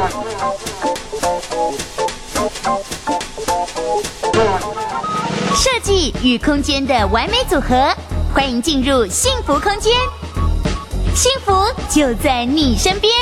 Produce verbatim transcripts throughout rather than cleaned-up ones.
设计与空间的完美组合，欢迎进入幸福空间，幸福就在你身边。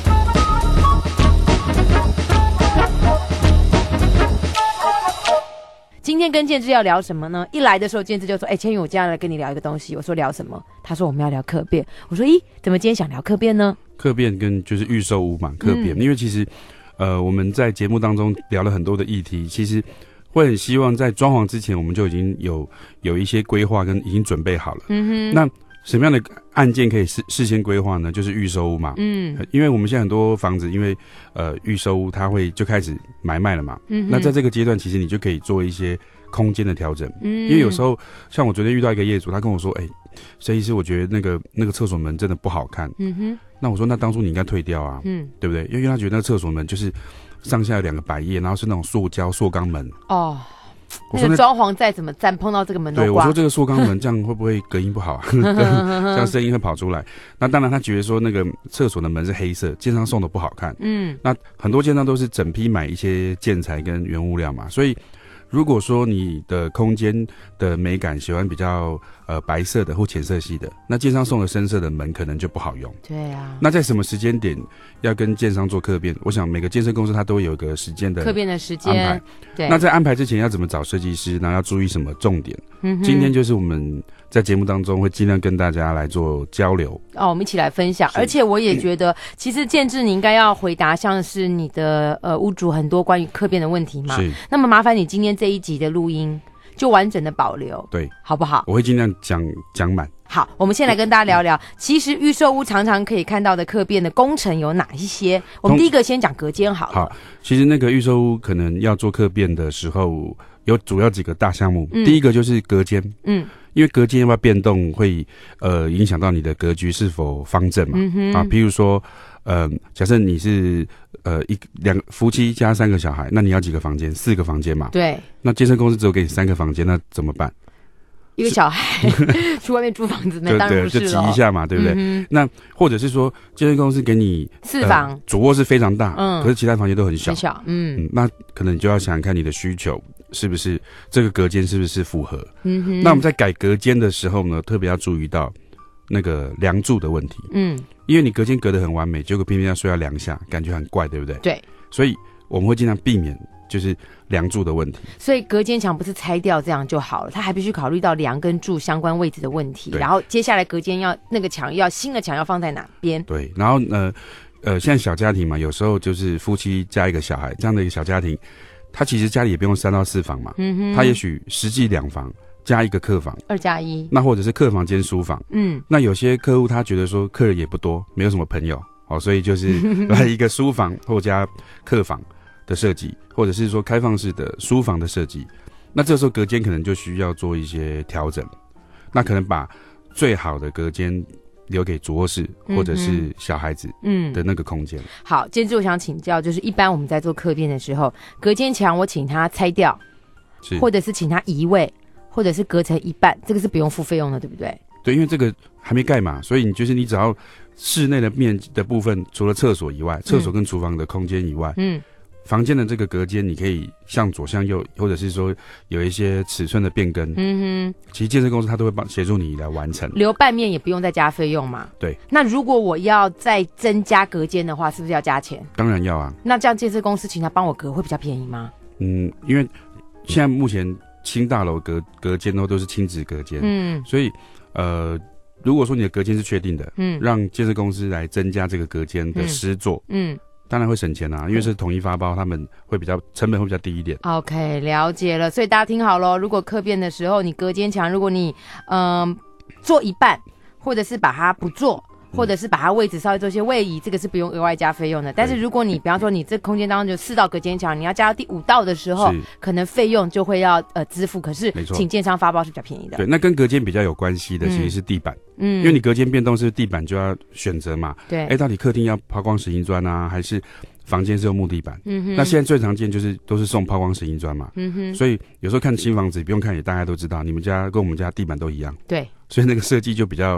今天跟建志要聊什么呢？一来的时候，建志就说：“哎、欸，千羽，我今天要来跟你聊一个东西。”我说：“聊什么？”他说：“我们要聊客变。”我说：“咦，怎么今天想聊客变呢？” 客变跟就是预售屋嘛，客变、嗯，因为其实呃我们在节目当中聊了很多的议题，其实会很希望在装潢之前，我们就已经有有一些规划跟已经准备好了。嗯哼，那什么样的案件可以事事先规划呢？就是预售屋嘛。嗯，因为我们现在很多房子，因为呃预售屋它会就开始买卖了嘛。嗯，那在这个阶段，其实你就可以做一些空间的调整。嗯，因为有时候像我昨天遇到一个业主，他跟我说：“哎、欸，设计师，我觉得那个那个厕所门真的不好看。”嗯哼，那我说：“那当初你应该退掉啊。”嗯，对不对？因为他觉得那个厕所门就是上下有两个百叶，然后是那种塑胶塑钢门。哦。 那个装潢再怎么站，碰到这个门都刮。 对，我说这个塑钢门这样会不会隔音不好啊？这样声音会跑出来。那当然，他觉得说那个厕所的门是黑色，建商送的不好看。嗯，那很多建商都是整批买一些建材跟原物料嘛，所以如果说你的空间的美感喜欢比较呃白色的或浅色系的，那建商送的深色的门可能就不好用。 对啊。 那在什么时间点要跟建商做客变？我想每个建设公司它都会有一个时间的客变的时间安排。对。那在安排之前要怎么找设计师？然后要注意什么重点？嗯，今天就是我们在节目当中会尽量跟大家来做交流。 哦，我们一起来分享。而且我也觉得，其实建志你应该要回答像是你的呃屋主很多关于客变的问题嘛。是。那么麻烦你今天这一集的录音就完整的保留， 对， 好不好？ 我会尽量讲讲满。 好，我们先来跟大家聊聊，其实预售屋常常可以看到的客变的工程有哪一些？我们第一个先讲隔间好了。 好，其实那个预售屋可能要做客变的时候，有主要几个大项目。嗯、第一个就是隔间，嗯，因为隔间要不要变动会呃影响到你的格局是否方正嘛。嗯、啊，譬如说。呃，假设你是呃一两夫妻加三个小孩，那你要几个房间？四个房间嘛。对。那建设公司只有给你三个房间，那怎么办？ 一个小孩去外面租房子，那当然不是咯。就挤一下嘛，对不对？嗯、那或者是说，建设公司给你四房、呃， 主卧是非常大，嗯，可是其他房间都很小， 很小，嗯, 嗯， 那可能你就要想想看你的需求是不是这个隔间是不是符合？嗯哼。那我们在改隔间的时候呢，特别要注意到那个梁柱的问题，嗯。因为你隔间隔得很完美，结果偏偏要睡到梁下，感觉很怪，对不对？对，所以我们会尽量避免就是梁柱的问题。 所以隔间墙不是拆掉这样就好了，它还必须考虑到梁跟柱相关位置的问题。然后接下来隔间要那个墙要新的墙要放在哪边？ 对，然后呢，呃，现在小家庭嘛，有时候就是夫妻加一个小孩这样的一个小家庭，他其实家里也不用三到四房嘛，嗯哼，他也许实际两房。加一个客房， 二加一， 那或者是客房兼书房，嗯，那有些客户他觉得说客人也不多，没有什么朋友，哦，所以就是来一个书房或加客房的设计，或者是说开放式的书房的设计，那这时候隔间可能就需要做一些调整，那可能把最好的隔间留给主卧室或者是小孩子的那个空间。嗯、 好，接着我想请教，就是一般我们在做客变的时候，隔间墙我请他拆掉，或者是请他移位。或者是隔成一半，这个是不用付费用的，对不对？ 对，因为这个还没盖嘛，所以你就是你只要室内的面的部分，除了厕所以外，厕所跟厨房的空间以外，嗯，房间的这个隔间，你可以向左向右，或者是说有一些尺寸的变更，嗯哼，其实建设公司它都会帮协助你来完成。 留半面也不用再加费用嘛？ 对。 那如果我要再增加隔间的话，是不是要加钱？ 当然要啊。 那这样建设公司请他帮我隔会比较便宜吗？ 嗯，因为现在目前。新大楼隔隔间都是亲子隔间，嗯，所以呃，如果说你的隔间是确定的，嗯，让建设公司来增加这个隔间的施作，嗯，嗯当然会省钱啊，因为是统一发包，他们会比较成本会比较低一点。 OK， 了解了，所以大家听好咯，如果客变的时候，你隔间墙，如果你嗯、呃、做一半，或者是把它不做。或者是把它位置稍微做些位移，这个是不用额外加费用的。但是如果你比方说你这空间当中就四道隔间墙，你要加到第五道的时候，可能费用就会要呃支付。可是请建商发包是比较便宜的。 对，那跟隔间比较有关系的其实是地板，嗯，因为你隔间变动是地板就要选择嘛。对，哎，到底客厅要抛光石英砖啊，还是房间是用木地板？嗯哼。那现在最常见就是都是送抛光石英砖嘛。嗯哼。所以有时候看新房子不用看也大家都知道，你们家跟我们家地板都一样。对。所以那个设计就比较。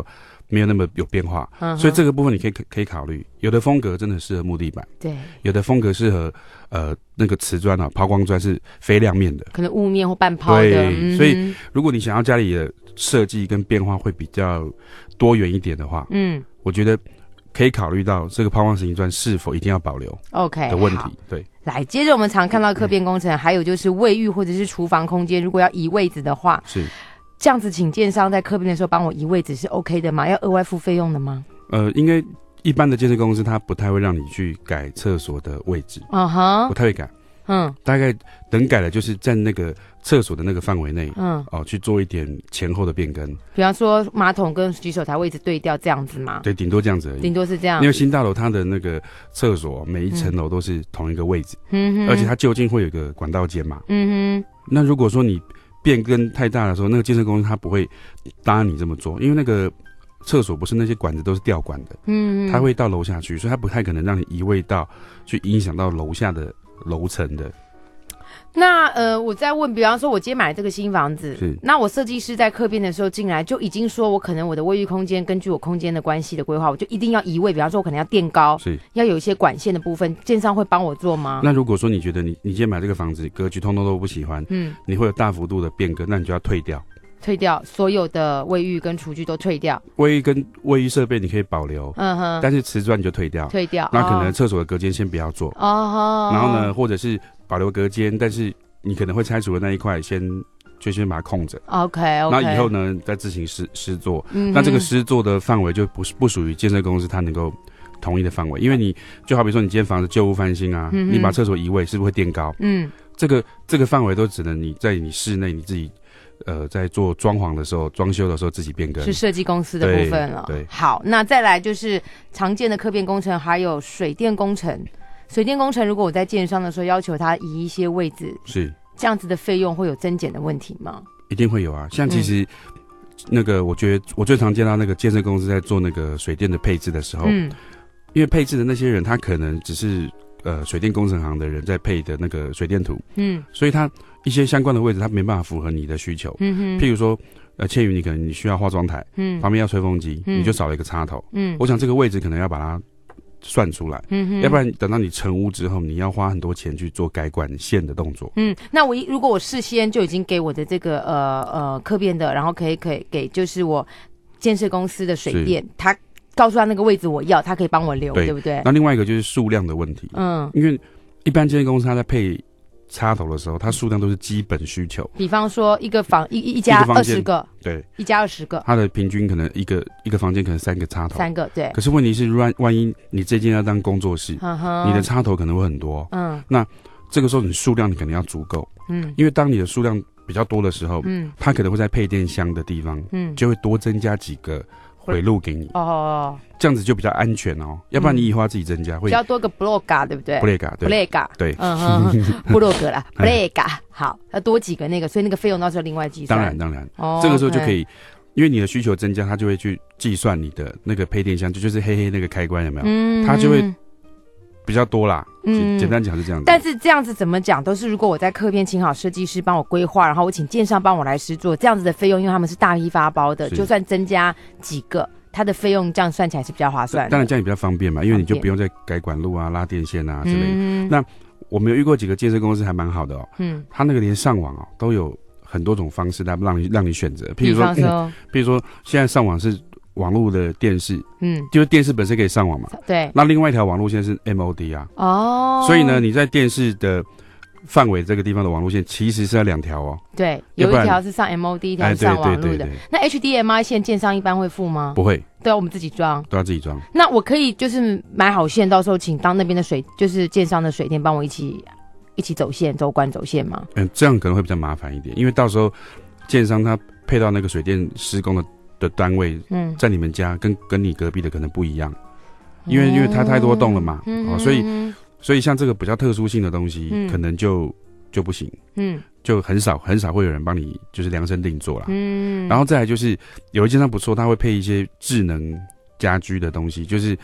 没有那么有变化， 嗯、 所以这个部分你可以可以考虑。有的风格真的适合木地板， 对， 有的风格适合呃那个瓷砖啊，抛光砖是非亮面的， 可能雾面或半抛的。 对， 嗯、 所以如果你想要家里的设计跟变化会比较多元一点的话，嗯，我觉得可以考虑到这个抛光石英砖是否一定要保留 OK 的问题。对， 来，接着我们常看到客变工程，还有就是卫浴或者是厨房空间，如果要移位置的话， 是这样子，请建商在客变的时候帮我移位置是 OK 的吗？要额外付费用的吗？ 呃，应该一般的建设公司它不太会让你去改厕所的位置，嗯哼，不太会改。嗯，大概能改的就是在那个厕所的那个范围内，嗯，哦，去做一点前后的变更。 比方说马桶跟洗手台位置对调这样子吗？ 对，顶多这样子而已。 顶多是这样。 因为新大楼它的那个厕所每一层楼都是同一个位置，嗯哼，而且它就近会有一个管道间嘛，嗯哼。那如果说你变更太大的时候，那个建设公司它不会答应你这么做，因为那个厕所不是那些管子都是吊管的，嗯，它会到楼下去，所以它不太可能让你移位到去影响到楼下的楼层的。 那呃，我再问，比方说，我今天买了这个新房子，那我设计师在客变的时候进来就已经说，我可能我的卫浴空间根据我空间的关系的规划，我就一定要移位。比方说，我可能要垫高，是要有一些管线的部分，建商会帮我做吗？ 那如果说你觉得你你今天买这个房子格局通通都不喜欢，嗯，你会有大幅度的变更，那你就要退掉。 退掉所有的卫浴跟厨具都退掉， 卫浴跟卫浴设备你可以保留，嗯哼，但是瓷砖你就退掉， 退掉。 那可能厕所的隔间先不要做，哦，然后呢，或者是保留隔间，但是你可能会拆除的那一块先就先把它空着 ，OK OK。 那以后呢，再自行施施作，嗯，那这个施作的范围就不是不属于建设公司它能够同意的范围，因为你就好比说你今天房子旧屋翻新啊，嗯，你把厕所移位是不是会垫高？嗯，这个这个范围都只能你在你室内你自己。呃，在做装潢的时候、装修的时候自己变更， 是设计公司的部分了。 对，对好，那再来就是常见的客变工程，还有水电工程。水电工程，如果我在建商的时候要求他移一些位置，是这样子的费用会有增减的问题吗？ 一定会有啊。像其实、嗯、那个，我觉得我最常见到那个建设公司在做那个水电的配置的时候，嗯，因为配置的那些人，他可能只是呃水电工程行的人在配的那个水电图，嗯，所以他。一些相关的位置，它没办法符合你的需求。嗯哼，譬如说，呃，倩宇，你可能你需要化妆台，嗯，旁边要吹风机，嗯，你就少了一个插头。嗯，我想这个位置可能要把它算出来。嗯哼，要不然等到你成屋之后，你要花很多钱去做改管线的动作。 嗯，那我如果我事先就已经给我的这个呃呃客变的，然后可以可以给就是我建设公司的水电，他告诉他那个位置我要，他可以帮我留， 对, 对不对？ 那另外一个就是数量的问题。嗯，因为一般建设公司它在配插头的时候，它数量都是基本需求。 比方说，一个房一一家二十个， 对， 一家二十个， 它的平均可能一个一个房间可能三个插头， 三个对。 可是问题是，万万一你这间要当工作室，你的插头可能会很多，嗯，那这个时候你数量你可能要足够，嗯，因为当你的数量比较多的时候，嗯，它可能会在配电箱的地方，嗯，就会多增加几个回路给你哦，这样子就比较安全哦，要不然你以后要自己增加，会比较多个 block 对不对 ？block 对 block 对， 嗯哼 block 啦 block 好，要多几个那个，所以那个费用到时候另外计算。 当然当然，哦，这个时候就可以，因为你的需求增加，它就会去计算你的那个配电箱，就就是黑黑那个开关有没有？嗯，它就会比较多啦。嗯，简单讲是这样子。 但是这样子怎么讲，都是如果我在客变请好设计师帮我规划，然后我请建商帮我来施作，这样子的费用，因为他们是大批发包的，就算增加几个。它的费用这样算起来是比较划算的， 当然这样也比较方便嘛，因为你就不用再改管路啊、拉电线啊之类的。嗯、那我们有遇过几个建设公司还蛮好的哦，嗯，他那个连上网哦都有很多种方式来让你让你选择，譬如说，譬、嗯、如说现在上网是网络的电视，嗯，就是电视本身可以上网嘛， 对。 那另外一条网路线是 M O D 啊，哦，所以呢你在电视的范围这个地方的网路线其实是要两条哦， 对，有一条是上 M O D， 一条是上网路的。那 H D M I 线建商一般会付吗？ 不会， 都要我们自己装， 都要自己装。 那我可以就是买好线，到时候请当那边的水，就是建商的水电帮我一起一起走线、走管、走线吗？ 嗯，这样可能会比较麻烦一点，因为到时候建商他配到那个水电施工的的单位，嗯，在你们家跟跟你隔壁的可能不一样，因为、嗯、因为它太多栋了嘛，嗯、哦，所以。所以像这个比较特殊性的东西，嗯、可能就就不行，嗯，就很少很少会有人帮你就是量身定做啦，嗯，然后再来就是有一间商不错，他会配一些智能家居的东西，就是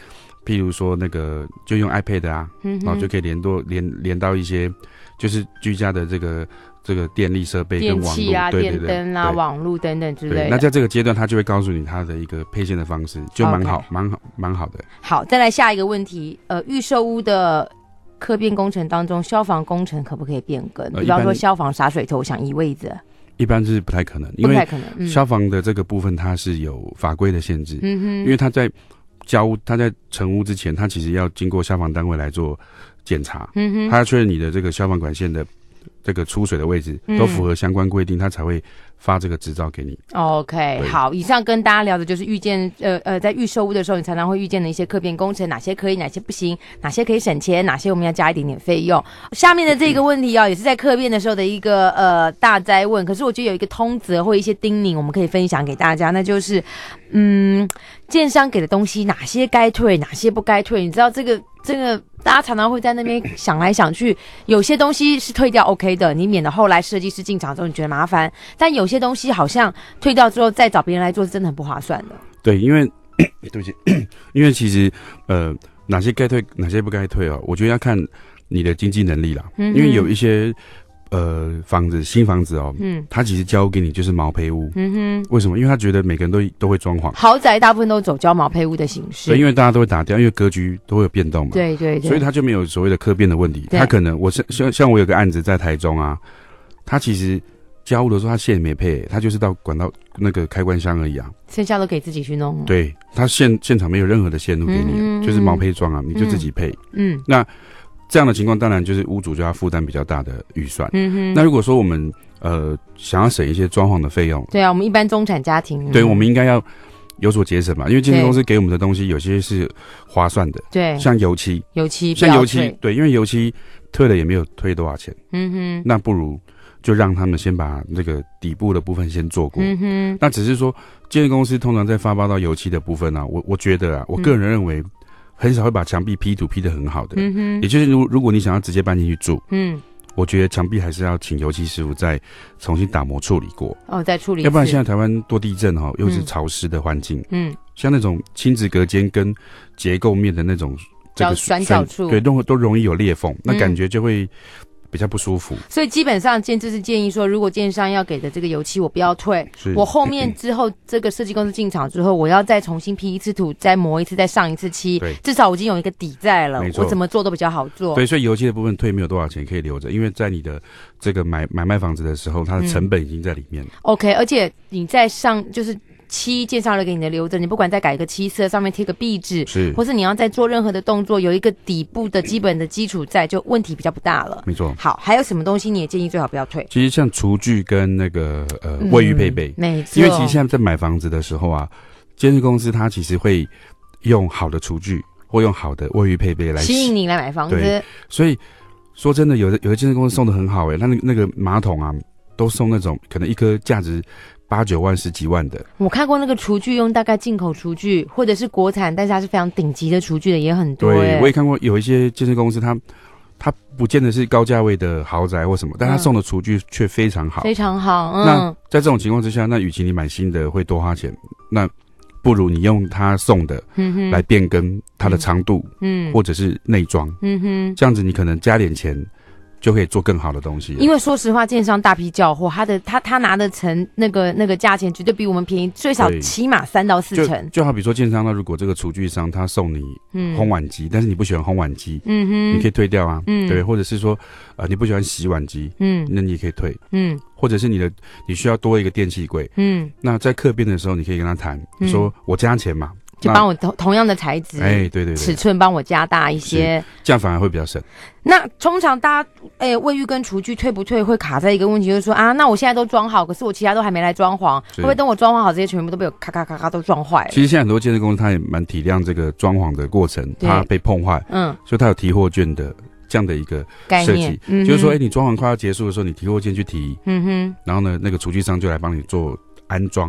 譬如说那个就用 iPad 啊， 嗯然后就可以联多连连到一些就是居家的这个这个电力设备跟电网络， 器啊、 对对对电灯啊、 对网络等等之类对， 的。 那在这个阶段，它就会告诉你它的一个配线的方式，就蛮好 OK 蛮好蛮好的。 好，再来下一个问题，呃，预售屋的客变工程当中，消防工程可不可以变更？ 呃比方说一般消防洒水头想移位置， 一般是不太可能，因为不太可能。嗯消防的这个部分它是有法规的限制， 嗯哼， 因为它在交屋，它在成屋之前，它其实要经过消防单位来做检查， 嗯哼， 它要确认你的这个消防管线的这个出水的位置嗯都符合相关规定，它才会发这个执照给你。 OK， 对好，以上跟大家聊的就是遇见呃呃，在预售屋的时候，你常常会遇见的一些客变工程，哪些可以，哪些不行，哪些可以省钱，哪些我们要加一点点费用。下面的这个问题啊、哦，也是在客变的时候的一个呃大灾问，可是我觉得有一个通则或一些叮咛，我们可以分享给大家，那就是嗯，建商给的东西哪些该退，哪些不该退，你知道这个。这个大家常常会在那边想来想去，有些东西是退掉 OK 的，你免得后来设计师进场之后你觉得麻烦，但有些东西好像退掉之后再找别人来做是真的很不划算的。 对，因为对不起，因为其实呃哪些该退，哪些不该退哦，我觉得要看你的经济能力啦。嗯、因为有一些呃房子新房子哦，嗯，他其实交给你就是毛坯屋，嗯哼，为什么？因为他觉得每个人都都会装潢， 豪宅大部分都走交毛坯屋的形式， 对，因为大家都会打掉，因为格局都会有变动嘛， 对对对， 所以他就没有所谓的客变的问题。他可能我像像像我有个案子在台中啊，他其实交屋的时候他线也没配，他就是到管到那个开关箱而已啊， 剩下都给自己去弄、哦。 对，他现现场没有任何的线路给你，嗯、就是毛坯装啊，你就自己配。嗯，那这样的情况当然就是屋主就要负担比较大的预算。嗯哼，那如果说我们呃想要省一些装潢的费用， 对啊，我们一般中产家庭， 对，我们应该要有所节省嘛，因为建设公司给我们的东西有些是划算的， 对， 像油漆， 油漆， 像油漆，对，因为油漆退了也没有退多少钱。嗯哼，那不如就让他们先把这个底部的部分先做过。嗯哼，那只是说建设公司通常在发包到油漆的部分啊，我我觉得啊，我个人认为。嗯，很少会把墙壁批土批得很好的，嗯哼，也就是如如果你想要直接搬进去住，嗯，我觉得墙壁还是要请油漆师傅再重新打磨处理过， 哦，再处理， 要不然现在台湾多地震哈，又是潮湿的环境，嗯，像那种亲子隔间跟结构面的那种这个转角处， 对，都都容易有裂缝，那感觉就会比较不舒服。 所以基本上建制是建议说，如果建商要给的这个油漆我不要退，我后面之后这个设计公司进场之后，我要再重新批一次土，再磨一次，再上一次漆，至少我已经有一个底在了，我怎么做都比较好做。 对，所以油漆的部分退没有多少钱可以留着，因为在你的这个买买卖房子的时候，它的成本已经在里面了。嗯、 OK， 而且你在上就是漆介绍了给你的留着，你不管再改一个漆色，上面贴个壁纸，是，或是你要再做任何的动作，有一个底部的基本的基础在，就问题比较不大了。 没错。 好，还有什么东西你也建议最好不要退？ 其实像厨具跟那个呃卫浴配备， 没错、 嗯。因为其实现在在买房子的时候啊，建设公司它其实会用好的厨具或用好的卫浴配备来吸引你来买房子。 对，所以说真的，有的有的建设公司送的很好哎，他那那个马桶啊，都送那种可能一颗价值八九万、十几万的。 我看过那个厨具用大概进口厨具，或者是国产，但是它是非常顶级的厨具的也很多。 对，我也看过有一些建设公司，它它不见得是高价位的豪宅或什么，但它送的厨具却非常好， 非常好。嗯， 那在这种情况之下，那与其你买新的会多花钱，那不如你用他送的来变更它的长度，嗯，或者是内装，嗯哼，这样子你可能加点钱就可以做更好的东西。 因为说实话，建商大批叫货，他的他他拿的成那个那个价钱绝对比我们便宜，最少起码三到四成。 就好比说建商，那如果这个厨具商他送你烘碗机，嗯、但是你不喜欢烘碗机，嗯哼，你可以退掉啊，嗯，对，或者是说呃你不喜欢洗碗机，嗯，那你也可以退，嗯，或者是你的你需要多一个电器柜，嗯，那在客变的时候，你可以跟他谈，嗯、说我加钱嘛。 就帮我同同样的材质， 哎，对对对， 尺寸帮我加大一些， 这样反而会比较省。 那通常大家，哎，卫浴跟厨具退不退会卡在一个问题，就是说啊，那我现在都装好，可是我其他都还没来装潢，会不会等我装潢好，这些全部都被我咔咔咔咔都撞坏了？ 其实现在很多建设公司他也蛮体谅这个装潢的过程，它被碰坏，嗯，所以他有提货券的这样的一个设计，嗯、就是说，哎，你装潢快要结束的时候，你提货券去提，嗯哼，然后呢，那个厨具商就来帮你做安装。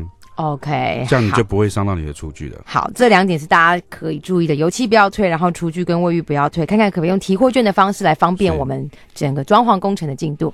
OK， 这样你就不会伤到你的厨具了。 好，这两点是大家可以注意的，油漆不要退，然后厨具跟卫浴不要退，看看可不可以用提货券的方式来方便我们整个装潢工程的进度。